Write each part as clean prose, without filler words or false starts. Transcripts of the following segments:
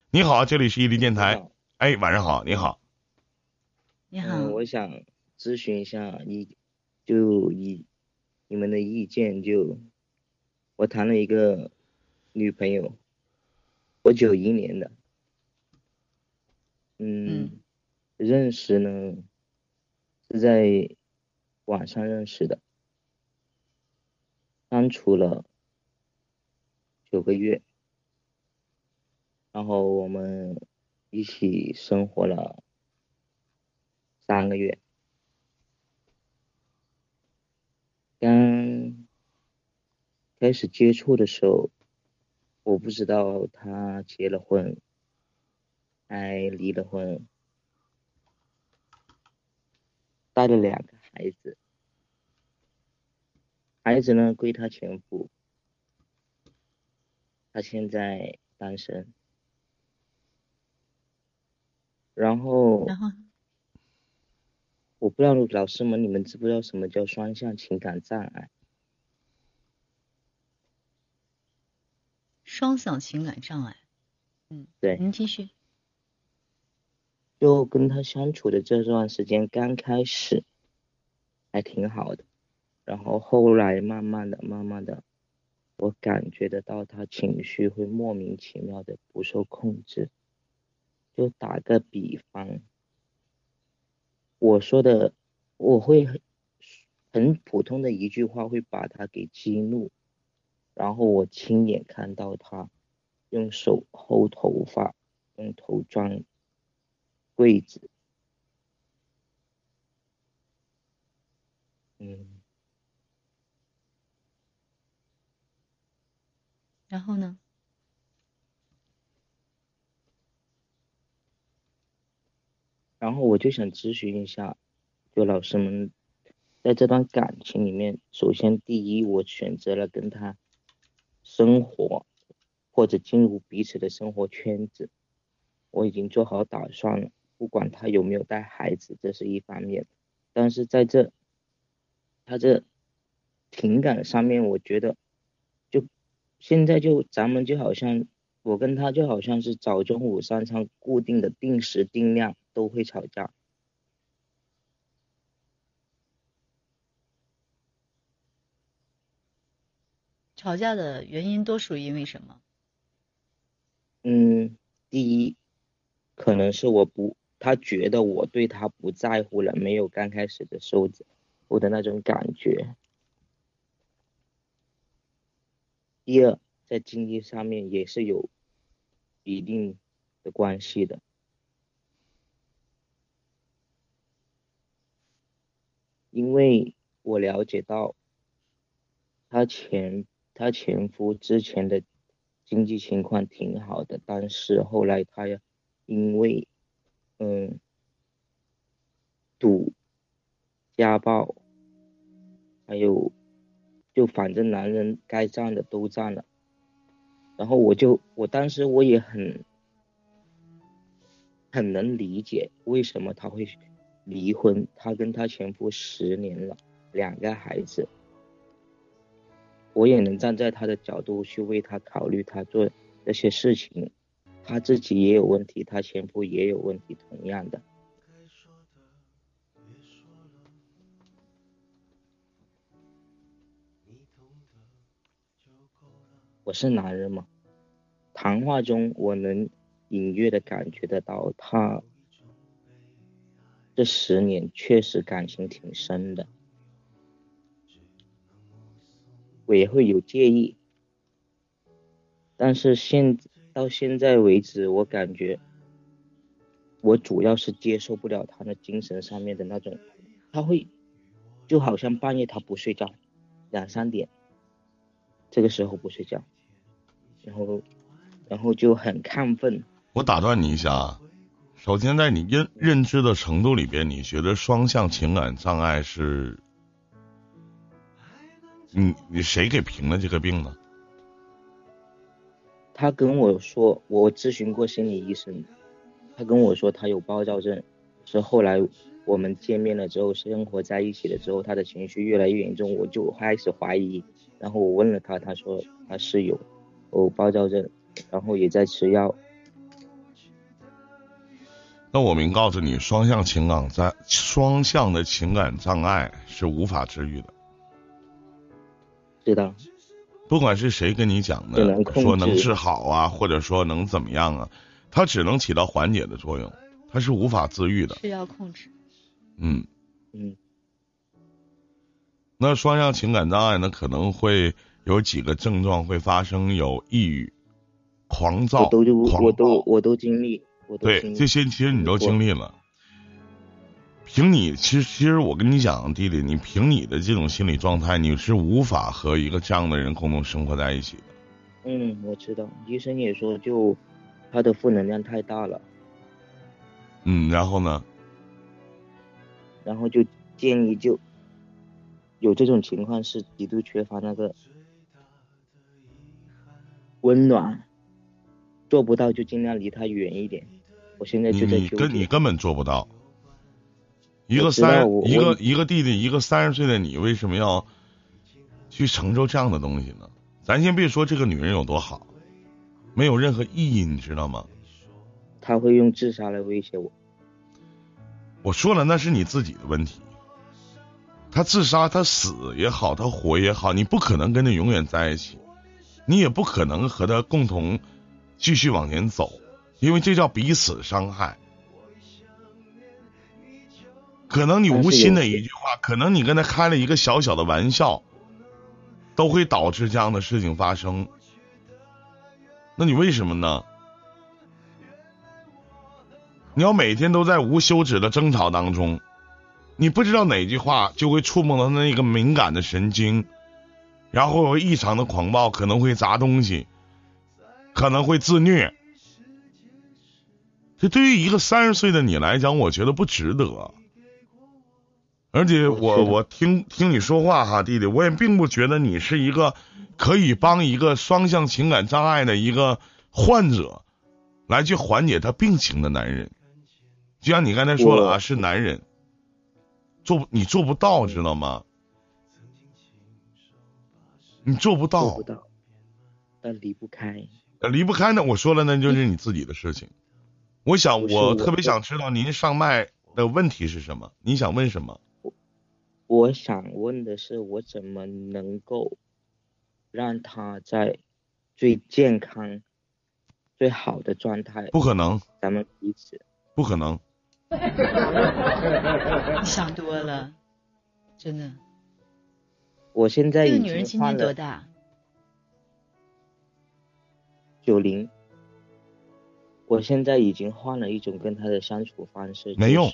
你好，这里是伊犁电台。 你好。 哎，晚上好，你好。 你好。 我想咨询一下以你们的意见。我谈了一个女朋友，我91年的。 嗯。 嗯，认识呢是在网上认识的，相处了9个月，然后我们一起生活了3个月。刚开始接触的时候，我不知道她结了婚，还离了婚，带了2个孩子。孩子呢归她前夫，她现在单身。然后然后我不知道老师们你们知不知道什么叫双向情感障碍？ 双向情感障碍。 对， 您继续。 就跟他相处的这段时间，刚开始还挺好的，然后后来慢慢的，我感觉得到他情绪会莫名其妙的不受控制。就打个比方，我说的，我会很普通的一句话会把他给激怒，然后我亲眼看到他用手抠头发，用头撞柜子。嗯， 然后呢？ 然后我就想咨询一下，就老师们，在这段感情里面，首先第一，我选择了跟他生活，或者进入彼此的生活圈子，我已经做好打算了，不管他有没有带孩子，这是一方面。但是他这情感上面，我觉得就现在咱们就好像我跟他就好像是早中午三餐固定的定时定量都会吵架。 吵架的原因多属于因为什么？ 嗯，第一可能是他觉得我对他不在乎了，没有刚开始的时候我的那种感觉。第二，在经济上面也是有一定的关系的，因为我了解到他前他前夫之前的经济情况挺好的，但是后来他因为嗯赌、家暴，还有就反正男人该占的都占了。然后我当时我也很能理解为什么他会离婚。他跟他前夫10年了，2个孩子，我也能站在他的角度去为他考虑，他做这些事情，他自己也有问题，他前夫也有问题，同样的。我是男人嘛，谈话中我能隐约的感觉得到，他这10年确实感情挺深的，我也会有介意。但是到现在为止，我感觉我主要是接受不了他的精神上面的那种，他会就好像半夜他不睡觉，2、3点这个时候不睡觉，然后就很亢奋。 我打断你一下啊。首先，在你认知的程度里边，你觉得双向情感障碍是你谁给评了这个病呢？ 他跟我说，我咨询过心理医生，他跟我说他有暴躁症，是后来我们见面了之后，生活在一起了之后，他的情绪越来越严重，我就开始怀疑。然后我问了他，他说他是有暴躁症，然后也在吃药。 那我明告诉你，双向的情感障碍是无法治愈的。 知道。 不管是谁跟你讲的，说能治好啊，或者说能怎么样啊，它只能起到缓解的作用，它是无法自愈的。 是要控制。 嗯。那双向情感障碍呢，可能会有几个症状会发生，有抑郁、狂躁、 我都经历。 对，这些其实你都经历了。凭你，其实我跟你讲，弟弟，你凭你的这种心理状态，你是无法和一个这样的人共同生活在一起的。 我知道，医生也说，就他的负能量太大了。 然后呢？ 然后就建议就有这种情况是极度缺乏那个温暖，做不到就尽量离他远一点。我现在就在纠结。 你根本做不到。一个弟弟，一个30岁的你，为什么要去承受这样的东西呢？咱先别说这个女人有多好，没有任何意义，你知道吗？ 他会用自杀来威胁我。 我说了，那是你自己的问题。他自杀，他死也好，他活也好，你不可能跟他永远在一起，你也不可能和他共同继续往前走，因为这叫彼此伤害。可能你无心的一句话，可能你跟他开了一个小小的玩笑，都会导致这样的事情发生。那你为什么呢？你要每天都在无休止的争吵当中，你不知道哪句话就会触碰到那个敏感的神经，然后会异常的狂暴，可能会砸东西，可能会自虐。这对于一个30岁的你来讲，我觉得不值得。而且我听你说话哈，弟弟，我也并不觉得你是一个可以帮一个双向情感障碍的一个患者来去缓解他病情的男人。就像你刚才说了啊，是男人你做不到，知道吗？你做不到， 但离不开呢。我说了，那就是你自己的事情。我特别想知道您上麦的问题是什么？你想问什么？ 我想问的是，我怎么能够让他在最健康、最好的状态？ 不可能， 咱们彼此不可能。 你想多了，真的。 我现在这个女人今年多大 ？90。我现在已经换了一种跟他的相处方式， 没用。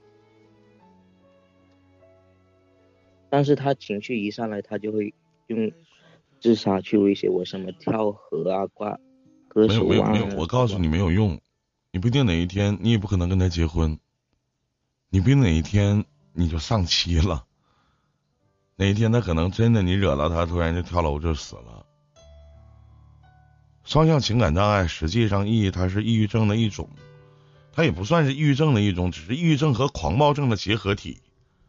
但是他情绪一上来，他就会用自杀去威胁我，什么跳河啊、割手啊。 没有，我告诉你没有用。你不一定哪一天，你也不可能跟他结婚。你不一定哪一天你就丧妻了。哪一天他可能真的你惹到他，突然就跳楼就死了。双向情感障碍实际上它是抑郁症的一种，它也不算是抑郁症的一种，只是抑郁症和狂暴症的结合体。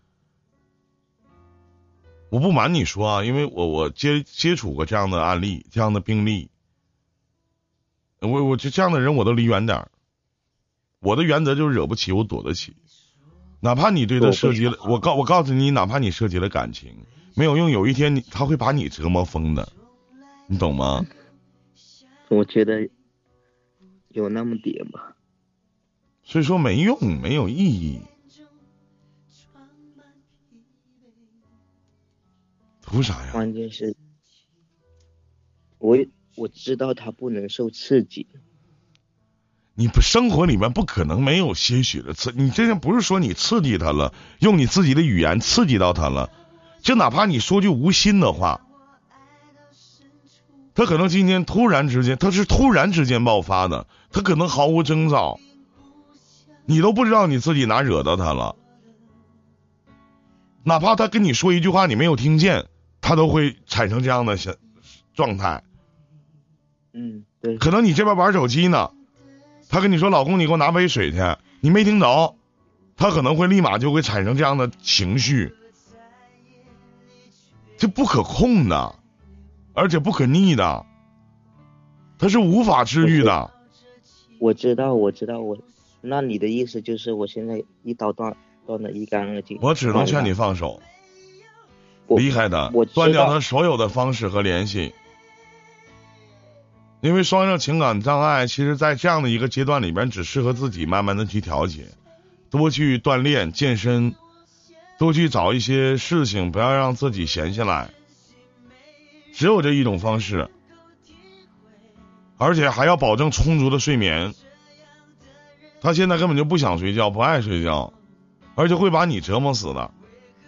我不瞒你说啊，因为我接触过这样的案例，这样的病例，我就这样的人我都离远点。我的原则就是惹不起我躲得起，哪怕你对他涉及了，我告诉你，哪怕你涉及了感情，没有用，有一天他会把你折磨疯的，你懂吗？ 我觉得有那么点吧。 所以说没用，没有意义。图啥呀？ 关键是我知道他不能受刺激。 你生活里面不可能没有些许的刺激，你这样不是说你刺激他了，用你自己的语言刺激到他了，就哪怕你说句无心的话，他可能今天突然之间爆发的，他可能毫无征兆，你都不知道你自己哪惹到他了。哪怕他跟你说一句话你没有听见，他都会产生这样的状态。 对。 可能你这边玩手机呢，他跟你说老公你给我拿杯水去，你没听着，他可能会立马就会产生这样的情绪。这不可控的，而且不可逆的，它是无法治愈的。 我知道， 那你的意思就是我现在一刀断得一干二净？ 我只能劝你放手，离开他，断掉他所有的方式和联系。因为双向情感障碍，其实在这样的一个阶段里边，只适合自己慢慢的去调节，多去锻炼健身，多去找一些事情，不要让自己闲下来，只有这一种方式，而且还要保证充足的睡眠。他现在根本就不想睡觉，不爱睡觉，而且会把你折磨死的。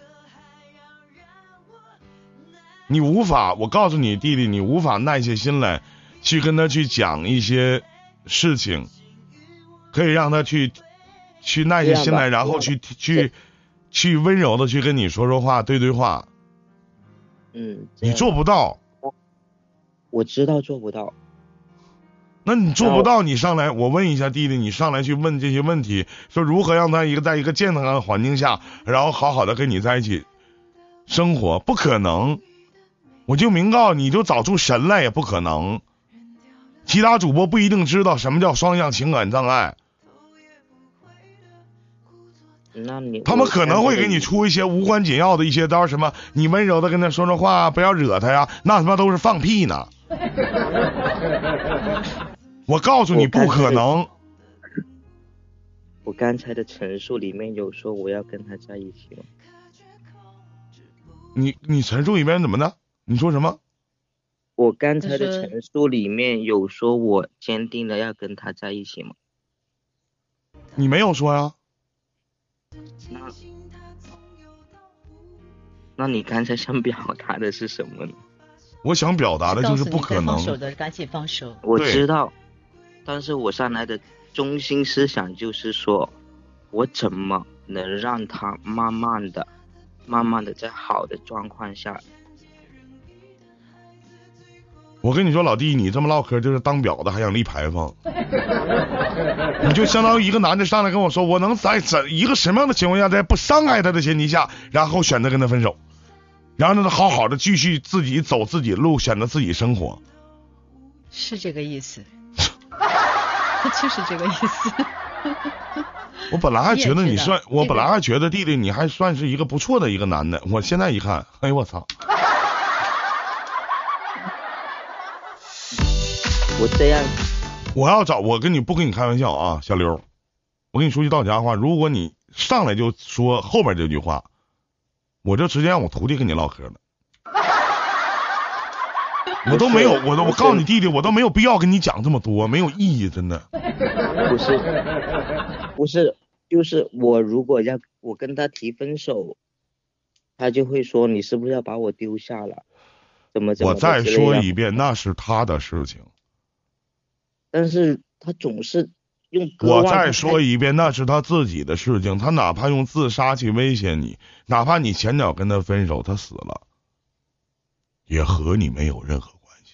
你无法，我告诉你弟弟，你无法耐下心来去跟他去讲一些事情，可以让他去耐下心来，然后去温柔的去跟你说说话，对话。你做不到。 我知道做不到。 那你做不到，你上来，我问一下弟弟，你上来去问这些问题，说如何让他在一个健康的环境下，然后好好的跟你在一起生活，不可能。我就明告你就找出神来也不可能。其他主播不一定知道什么叫双向情感障碍，他们可能会给你出一些无关紧要的一些招，什么你温柔的跟他说说话，不要惹他呀，那他妈都是放屁呢。我告诉你不可能。 我刚才的陈述里面有说我要跟他在一起吗？ 你陈述一遍怎么的？你说什么？ 我刚才的陈述里面有说我坚定的要跟他在一起吗？ 你没有说呀。 那你刚才想表达的是什么呢？ 我想表达的就是不可能。 放手的赶紧放手。 我知道，但是我上来的中心思想就是说，我怎么能让他慢慢的在好的状况下。 我跟你说，老弟，你这么唠嗑就是当婊子还想立牌坊。你就相当于一个男的上来跟我说，我能在一个什么样的情况下，在不伤害他的前提下，然后选择跟他分手，然后让他好好的继续自己走自己的路，选择自己生活。 是这个意思。就是这个意思。 我本来还觉得我本来还觉得弟弟你还算是一个不错的一个男的，我现在一看，哎呦我操！ 我这样， 我跟你不跟你开玩笑啊，小刘，我跟你说句到家话，如果你上来就说后边这句话，我就直接让我徒弟跟你唠嗑了。我都没有，我告诉你弟弟，我都没有必要跟你讲这么多，没有意义，真的。 不是，就是如果我跟他提分手，他就会说你是不是要把我丢下了？怎么？ 我再说一遍，那是他的事情。 但是他总是用我再说一遍，那是他自己的事情。他哪怕用自杀去威胁你，哪怕你前脚跟他分手，他死了，也和你没有任何关系。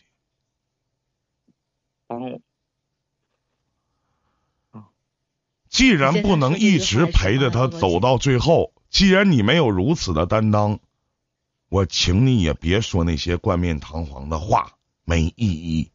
既然不能一直陪着他走到最后，既然你没有如此的担当，我请你也别说那些冠冕堂皇的话，没意义。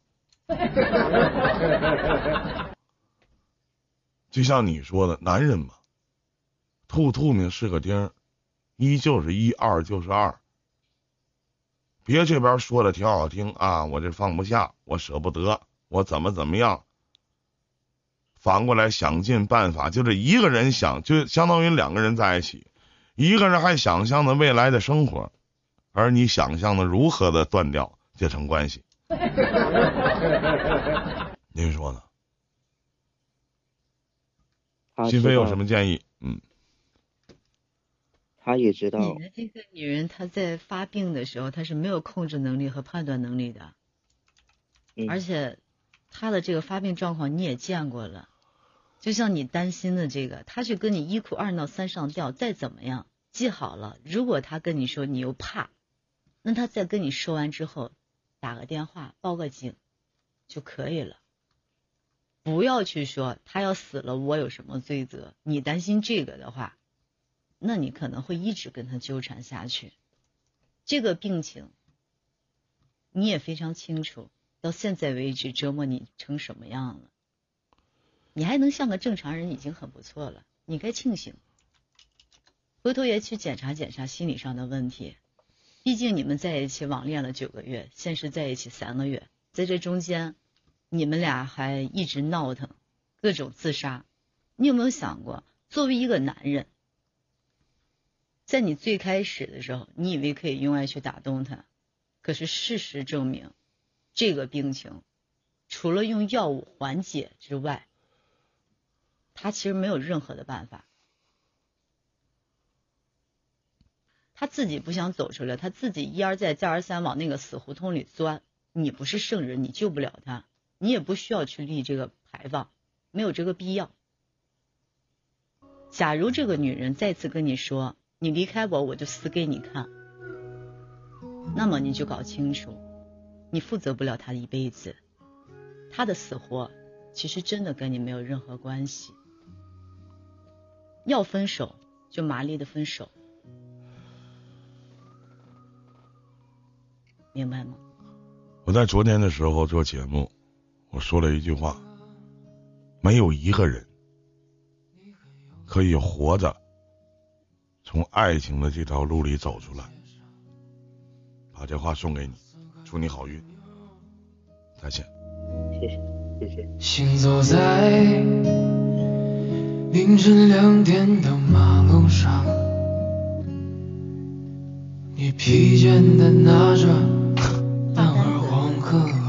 就像你说的，男人嘛，吐明是个钉，一就是一，二就是二。别这边说的挺好听啊，我这放不下，我舍不得，我怎么样，反过来想尽办法，就是一个人想，就相当于两个人在一起，一个人还想象着未来的生活，而你想象的如何的断掉这层关系。您说呢？心飞有什么建议？ 他也知道。 你的这个女人，她在发病的时候，她是没有控制能力和判断能力的，而且她的这个发病状况你也见过了。就像你担心的这个，她去跟你一哭二闹三上吊，再怎么样，记好了，如果她跟你说你又怕，那她在跟你说完之后，打个电话报个警就可以了。不要去说他要死了，我有什么罪责？你担心这个的话，那你可能会一直跟他纠缠下去。这个病情你也非常清楚，到现在为止折磨你成什么样了。 你还能像个正常人已经很不错了，你该庆幸。回头也去检查检查心理上的问题，毕竟你们在一起网恋了9个月，现实在一起3个月，在这中间你们俩还一直闹腾，各种自杀。你有没有想过，作为一个男人，在你最开始的时候，你以为可以用爱去打动他，可是事实证明，这个病情除了用药物缓解之外，他其实没有任何的办法。他自己不想走出来，他自己一而再再而三往那个死胡同里钻。你不是圣人，你救不了他，你也不需要去立这个牌坊，没有这个必要。假如这个女人再次跟你说，你离开我，我就死给你看，那么你就搞清楚，你负责不了她一辈子，她的死活其实真的跟你没有任何关系。要分手就麻利的分手，明白吗？ 我在昨天的时候做节目，我说了一句话，没有一个人可以活着从爱情的这条路里走出来。把这话送给你，祝你好运，再见。 谢谢谢谢。 行走在凌晨2点的马路上，你疲倦地拿着半碗黄河。